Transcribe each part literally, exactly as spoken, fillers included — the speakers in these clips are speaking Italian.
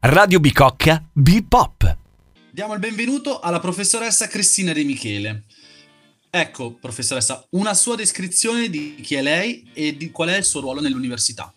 Radio Bicocca Bipop. Diamo il benvenuto alla professoressa Cristina De Michele. Ecco, professoressa, una sua descrizione di chi è lei e di qual è il suo ruolo nell'università.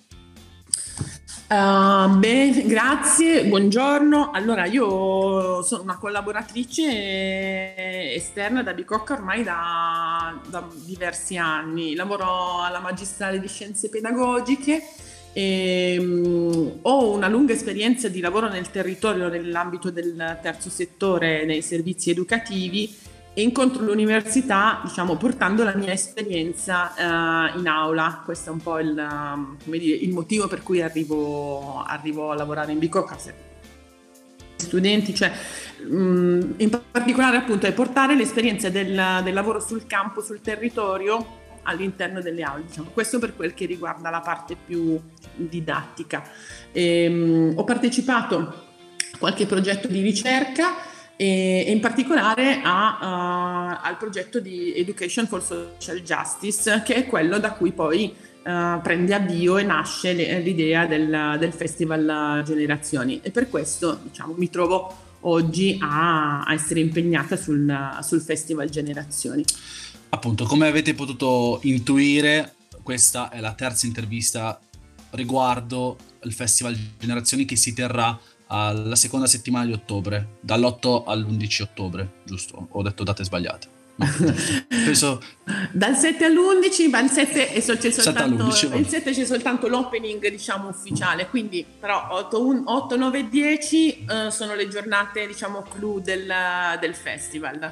Uh, bene, grazie, buongiorno. Allora, io sono una collaboratrice esterna da Bicocca ormai da, da diversi anni. Lavoro alla magistrale di scienze pedagogiche e um, ho una lunga esperienza di lavoro nel territorio nell'ambito del terzo settore nei servizi educativi e incontro l'università, diciamo, portando la mia esperienza uh, in aula. Questo è un po' il, um, come dire, il motivo per cui arrivo, arrivo a lavorare in Bicocca. Studenti, cioè um, in particolare appunto è portare l'esperienza del, del lavoro sul campo, sul territorio all'interno delle aule, diciamo. Questo per quel che riguarda la parte più didattica. E, um, ho partecipato a qualche progetto di ricerca e in particolare a, uh, al progetto di Education for Social Justice, che è quello da cui poi uh, prende avvio e nasce le, l'idea del, del Festival Generazioni, e per questo, diciamo, mi trovo oggi a, a essere impegnata sul, sul Festival Generazioni. Appunto, come avete potuto intuire, questa è la terza intervista riguardo il Festival Generazioni che si terrà alla seconda settimana di ottobre, dall'otto all'undici ottobre, giusto? Ho detto date sbagliate. No, penso... Dal sette all'undici, ma il sette è c'è soltanto sette il sette c'è soltanto l'opening, diciamo, ufficiale, quindi però otto, nove e dieci uh, sono le giornate, diciamo, clou del, del festival.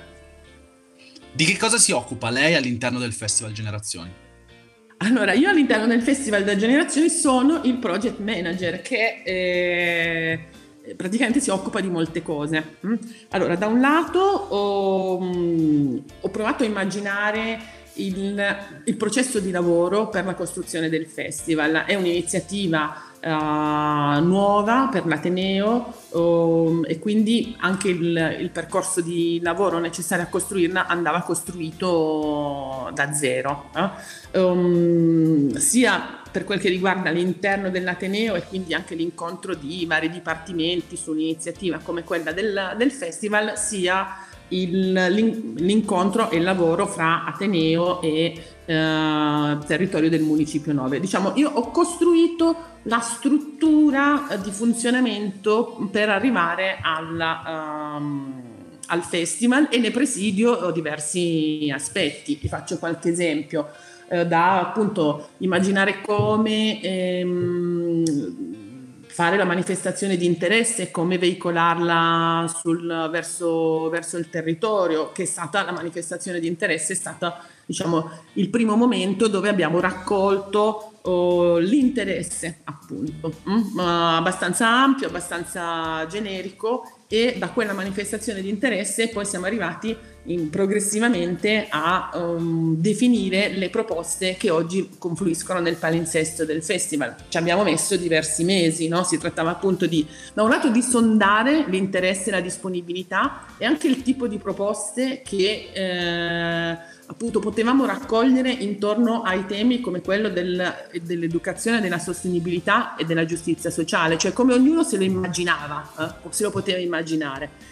Di che cosa si occupa lei all'interno del Festival Generazioni? Allora, io all'interno del Festival da Generazioni sono il project manager che eh, praticamente si occupa di molte cose. Allora, da un lato ho, ho provato a immaginare il, il processo di lavoro per la costruzione del festival. È un'iniziativa uh, nuova per l'Ateneo um, e quindi anche il, il percorso di lavoro necessario a costruirla andava costruito da zero. Eh? Um, sia per quel che riguarda l'interno dell'Ateneo e quindi anche l'incontro di vari dipartimenti su un'iniziativa come quella del, del festival, sia il, l'incontro e il lavoro fra Ateneo e eh, territorio del Municipio nove. Diciamo, io ho costruito la struttura di funzionamento per arrivare alla, um, al festival e ne presidio diversi aspetti. Vi faccio qualche esempio. Da appunto immaginare come ehm, fare la manifestazione di interesse, come veicolarla sul, verso, verso il territorio, che è stata la manifestazione di interesse, è stata, diciamo, il primo momento dove abbiamo raccolto oh, l'interesse, appunto, mm? abbastanza ampio, abbastanza generico, e da quella manifestazione di interesse poi siamo arrivati in, progressivamente a um, definire le proposte che oggi confluiscono nel palinsesto del festival. Ci abbiamo messo diversi mesi, no? Si trattava appunto di, da un lato, di sondare l'interesse e la disponibilità e anche il tipo di proposte che eh, appunto potevamo raccogliere intorno ai temi come quello del, dell'educazione, della sostenibilità e della giustizia sociale, cioè come ognuno se lo immaginava eh, o se lo poteva immaginare.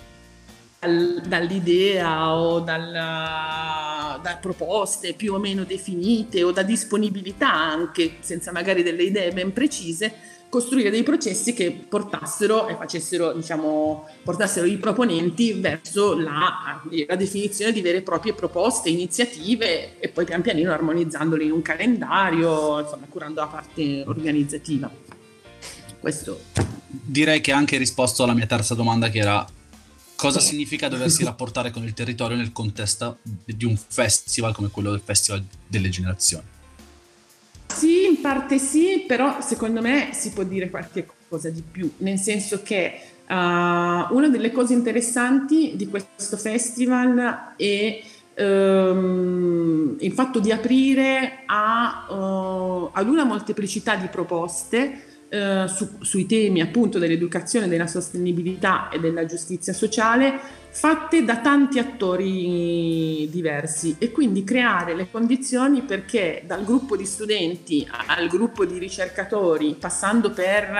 Dall'idea o dalla, da proposte più o meno definite o da disponibilità anche, senza magari delle idee ben precise, costruire dei processi che portassero e facessero, diciamo, portassero i proponenti verso la, la definizione di vere e proprie proposte, iniziative, e poi pian pianino armonizzandole in un calendario, insomma, curando la parte organizzativa. Questo. Direi che ha anche risposto alla mia terza domanda, che era: cosa significa doversi rapportare con il territorio nel contesto di un festival come quello del Festival delle Generazioni? Sì, in parte sì, però secondo me si può dire qualche cosa di più, nel senso che uh, una delle cose interessanti di questo festival è um, il fatto di aprire a, uh, ad una molteplicità di proposte eh, su, sui temi appunto dell'educazione, della sostenibilità e della giustizia sociale, fatte da tanti attori diversi, e quindi creare le condizioni perché dal gruppo di studenti al gruppo di ricercatori, passando per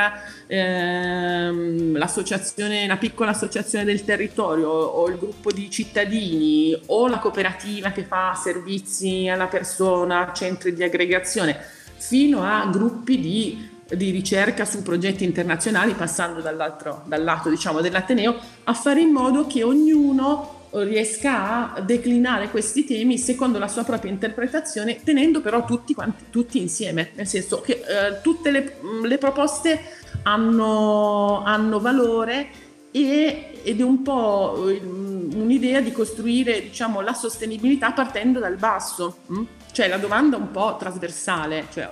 ehm, l'associazione, la piccola associazione del territorio, o il gruppo di cittadini, o la cooperativa che fa servizi alla persona, centri di aggregazione, fino a gruppi di di ricerca su progetti internazionali, passando dall'altro, dal lato diciamo dell'Ateneo, a fare in modo che ognuno riesca a declinare questi temi secondo la sua propria interpretazione, tenendo però tutti, quanti, tutti insieme, nel senso che eh, tutte le, le proposte hanno, hanno valore, e, ed è un po' un'idea di costruire diciamo la sostenibilità partendo dal basso. Hm? Cioè la domanda un po' trasversale, cioè,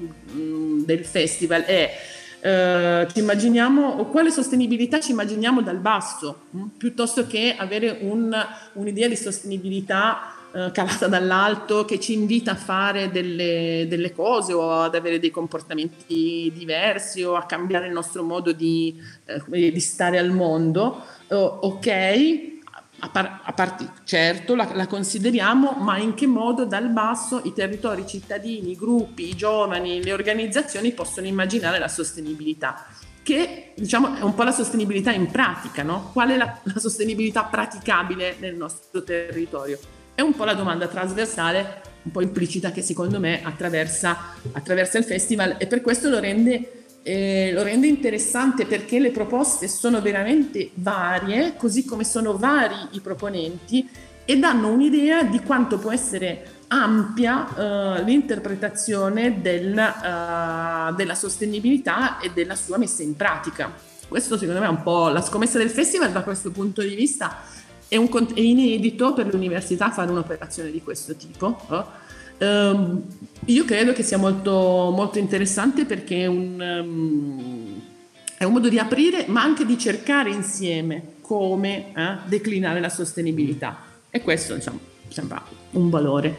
um, del festival è uh, ci immaginiamo, o quale sostenibilità ci immaginiamo dal basso, mh? piuttosto che avere un, un'idea di sostenibilità uh, calata dall'alto che ci invita a fare delle, delle cose, o ad avere dei comportamenti diversi, o a cambiare il nostro modo di, uh, di stare al mondo. Uh, ok, A, par- a parte, certo, la, la consideriamo, ma in che modo dal basso i territori, i cittadini, i gruppi, i giovani, le organizzazioni possono immaginare la sostenibilità, che diciamo è un po' la sostenibilità in pratica, no? Qual è la, la sostenibilità praticabile nel nostro territorio? È un po' la domanda trasversale, un po' implicita, che secondo me attraversa, attraversa il festival, e per questo lo rende Eh, lo rende interessante, perché le proposte sono veramente varie, così come sono vari i proponenti, e danno un'idea di quanto può essere ampia eh, l'interpretazione del, uh, della sostenibilità e della sua messa in pratica. Questo secondo me è un po' la scommessa del festival. Da questo punto di vista è, un, è inedito per l'università fare un'operazione di questo tipo. Oh? Um, io credo che sia molto, molto interessante, perché è un, um, è un modo di aprire, ma anche di cercare insieme come eh, declinare la sostenibilità, e questo diciamo sembra un valore.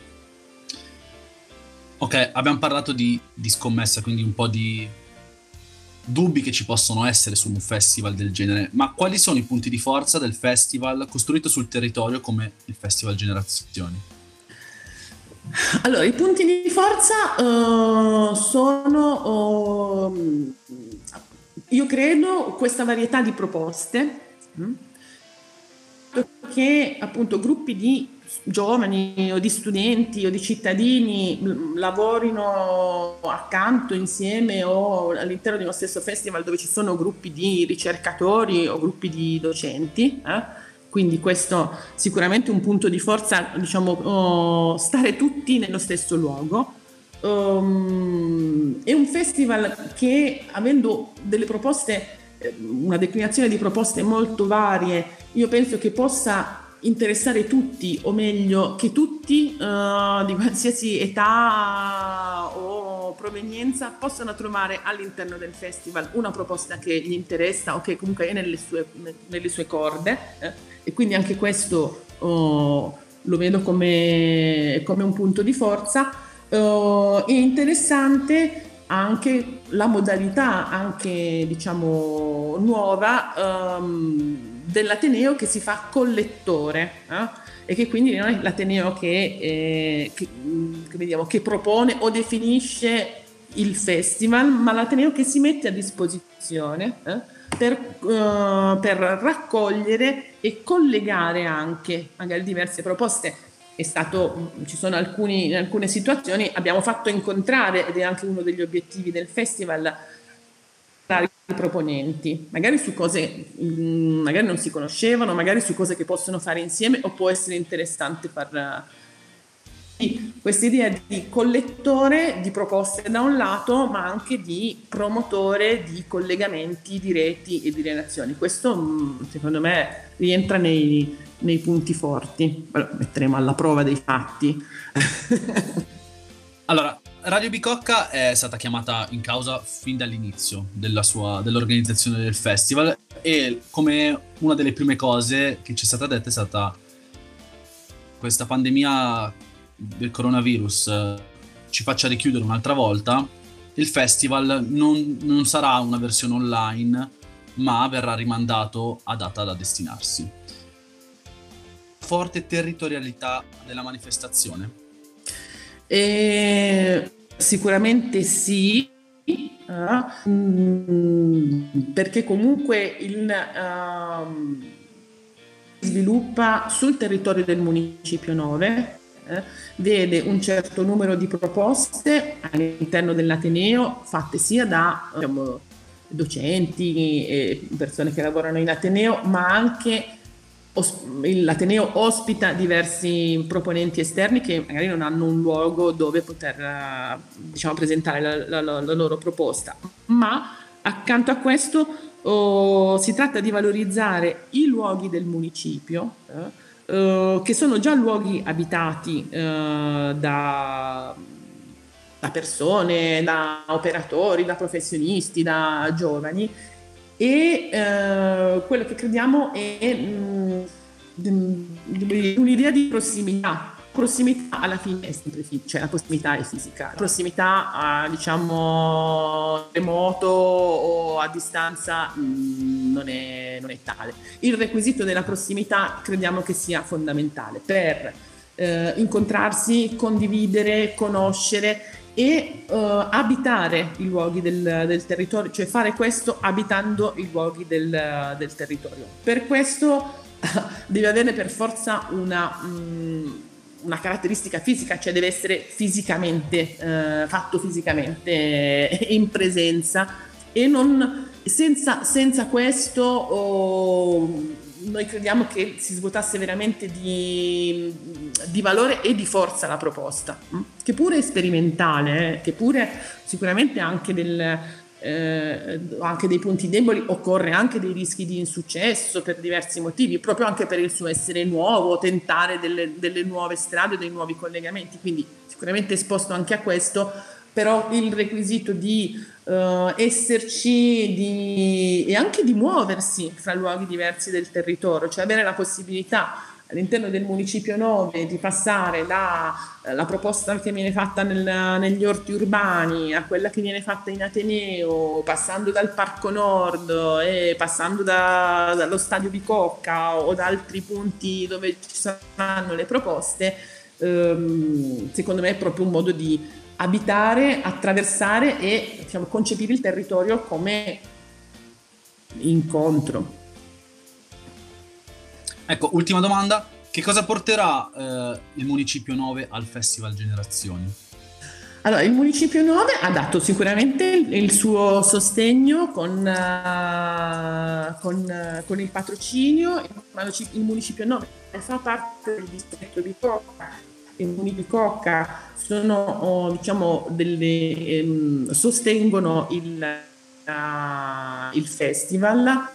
Ok, abbiamo parlato di, di scommessa, quindi un po' di dubbi che ci possono essere su un festival del genere, ma quali sono i punti di forza del festival costruito sul territorio come il Festival Generazioni? Allora, i punti di forza uh, sono, uh, io credo, questa varietà di proposte, mh? che appunto gruppi di giovani o di studenti o di cittadini lavorino accanto, insieme, o all'interno di uno stesso festival dove ci sono gruppi di ricercatori o gruppi di docenti, eh? Quindi questo sicuramente un punto di forza, diciamo, oh, stare tutti nello stesso luogo. Um, è un festival che, avendo delle proposte, una declinazione di proposte molto varie, io penso che possa interessare tutti, o meglio che tutti uh, di qualsiasi età o provenienza possano trovare all'interno del festival una proposta che gli interessa, o che comunque è nelle sue, nelle sue corde, eh? E quindi anche questo oh, lo vedo come, come un punto di forza. Oh, è interessante anche la modalità, anche diciamo nuova, um, dell'Ateneo che si fa collettore, eh? E che quindi non è l'Ateneo che, eh, che, che, vediamo, che propone o definisce il festival, ma l'Ateneo che si mette a disposizione eh? per, uh, per raccogliere e collegare anche magari diverse proposte. È stato, ci sono alcuni, in alcune situazioni abbiamo fatto incontrare, ed è anche uno degli obiettivi del festival, i proponenti, magari su cose mh, magari non si conoscevano, magari su cose che possono fare insieme, o può essere interessante far questa idea di collettore di proposte da un lato, ma anche di promotore di collegamenti, di reti e di relazioni. Questo mh, secondo me rientra nei, nei punti forti. Allora, metteremo alla prova dei fatti. Allora, Radio Bicocca è stata chiamata in causa fin dall'inizio della sua, dell'organizzazione del festival, e come una delle prime cose che ci è stata detta è stata questa pandemia del coronavirus eh, ci faccia richiudere un'altra volta, il festival non, non sarà una versione online, ma verrà rimandato a data da destinarsi. Forte territorialità della manifestazione? E sicuramente sì, uh, mm, perché comunque il uh, sviluppa sul territorio del Municipio nove, eh, vede un certo numero di proposte all'interno dell'Ateneo fatte sia da diciamo, docenti e persone che lavorano in Ateneo, ma anche l'Ateneo ospita diversi proponenti esterni che magari non hanno un luogo dove poter diciamo, presentare la, la, la loro proposta, ma accanto a questo oh, si tratta di valorizzare i luoghi del municipio eh, eh, che sono già luoghi abitati eh, da, da persone, da operatori, da professionisti, da giovani. E eh, quello che crediamo è mh, un'idea di prossimità. Prossimità alla fine è sempre fisica, cioè la prossimità è fisica. La prossimità a diciamo remoto o a distanza mh, non, è, non è tale. Il requisito della prossimità crediamo che sia fondamentale per eh, incontrarsi, condividere, conoscere e uh, abitare i luoghi del, del territorio, cioè fare questo abitando i luoghi del, del territorio. Per questo deve avere per forza una, um, una caratteristica fisica, cioè deve essere fisicamente uh, fatto fisicamente in presenza e non senza, senza questo oh, noi crediamo che si svuotasse veramente di, di valore e di forza la proposta, che pure è sperimentale, eh, che pure sicuramente anche, del, eh, anche dei punti deboli, occorre anche dei rischi di insuccesso per diversi motivi, proprio anche per il suo essere nuovo, tentare delle, delle nuove strade, dei nuovi collegamenti, quindi sicuramente esposto anche a questo, però il requisito di Uh, esserci di, e anche di muoversi fra luoghi diversi del territorio, cioè avere la possibilità all'interno del Municipio nove di passare dalla proposta che viene fatta nel, negli orti urbani a quella che viene fatta in Ateneo, passando dal Parco Nord e passando da, dallo Stadio Bicocca o da altri punti dove ci saranno le proposte, um, secondo me è proprio un modo di abitare, attraversare e diciamo, concepire il territorio come incontro. Ecco, ultima domanda. Che cosa porterà eh, il Municipio nove al Festival Generazioni? Allora, il Municipio nove ha dato sicuramente il suo sostegno con, uh, con, uh, con il patrocinio. Il Municipio nove fa parte del distretto di Bicocca. I Comuni di Bicocca sono, oh, diciamo, delle, ehm, sostengono il, uh, il festival.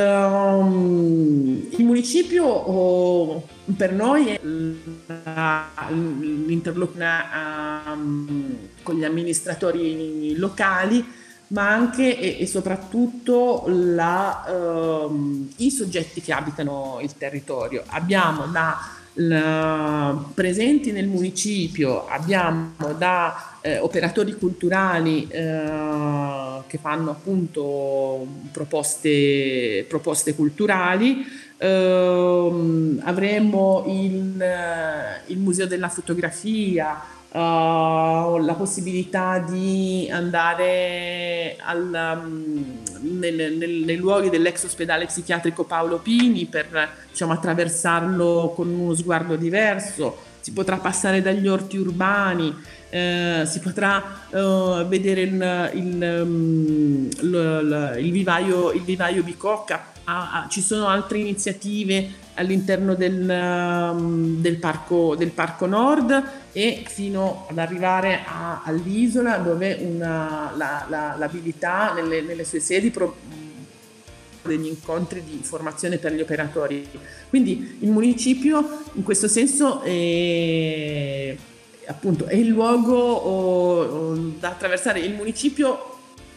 Um, il municipio oh, per noi è l'interlocutore um, con gli amministratori locali, ma anche e, e soprattutto la, um, i soggetti che abitano il territorio. Abbiamo da La, presenti nel municipio, abbiamo da eh, operatori culturali eh, che fanno appunto proposte, proposte culturali, eh, avremo il, il Museo della Fotografia, eh, la possibilità di andare al, um, nel, nel, nei luoghi dell'ex ospedale psichiatrico Paolo Pini per diciamo, attraversarlo con uno sguardo diverso. Si potrà passare dagli orti urbani, eh, si potrà eh, vedere il, il, um, il, il, vivaio, il vivaio Bicocca. Ah, ah, ci sono altre iniziative all'interno del, um, del, parco, del Parco Nord e fino ad arrivare a, all'isola dove una, la, la, l'abilità nelle, nelle sue sedi pro, degli incontri di formazione per gli operatori. Quindi il municipio in questo senso è, appunto, è il luogo oh, oh, da attraversare. Il municipio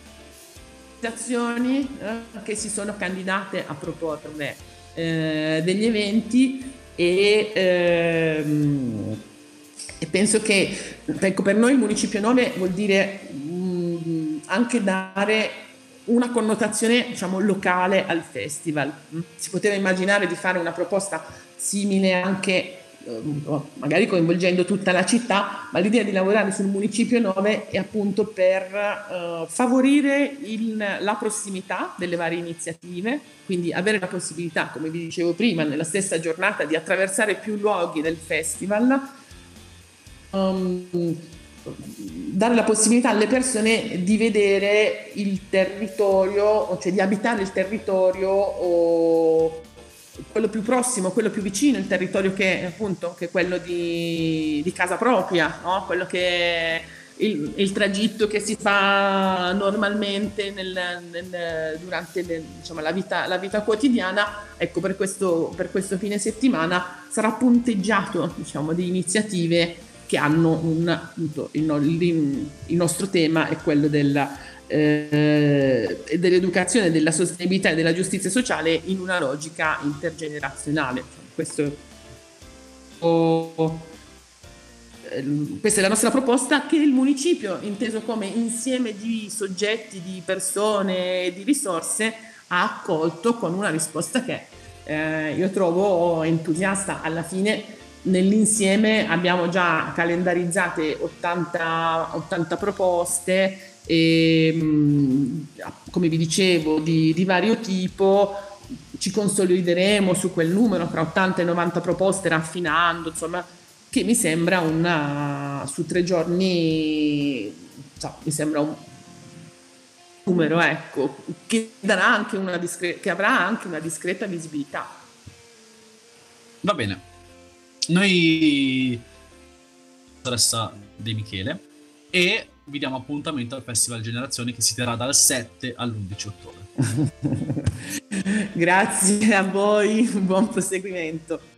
azioni eh, che si sono candidate a proporre eh, degli eventi e, ehm, e penso che ecco, per noi il Municipio nove vuol dire mh, anche dare una connotazione, diciamo, locale al festival. Si poteva immaginare di fare una proposta simile anche, magari coinvolgendo tutta la città, ma l'idea di lavorare sul Municipio nove è appunto per uh, favorire il, la prossimità delle varie iniziative, quindi avere la possibilità, come vi dicevo prima, nella stessa giornata di attraversare più luoghi del festival, um, dare la possibilità alle persone di vedere il territorio, cioè di abitare il territorio o quello più prossimo, quello più vicino, il territorio che appunto che è quello di, di casa propria, no? Quello che è il, il tragitto che si fa normalmente nel, nel, durante le, diciamo, la, vita, la vita quotidiana. Ecco, per questo, per questo fine settimana sarà punteggiato, diciamo, di iniziative che hanno un, appunto, il, il, il nostro tema è quello della Eh, dell'educazione, della sostenibilità e della giustizia sociale in una logica intergenerazionale. Questo, oh, eh, questa è la nostra proposta, che il municipio, inteso come insieme di soggetti, di persone e di risorse, ha accolto con una risposta che eh, io trovo entusiasta. Alla fine, nell'insieme abbiamo già calendarizzate ottanta, ottanta proposte, e, come vi dicevo, di, di vario tipo. Ci consolideremo su quel numero tra ottanta e novanta proposte, raffinando, insomma, che mi sembra una, su tre giorni, cioè, mi sembra un numero, ecco, che darà anche una discre- che avrà anche una discreta visibilità. Va bene, noi dottoressa De Michele, e vi diamo appuntamento al Festival Generazioni che si terrà dal sette all'undici ottobre. Grazie a voi, buon proseguimento.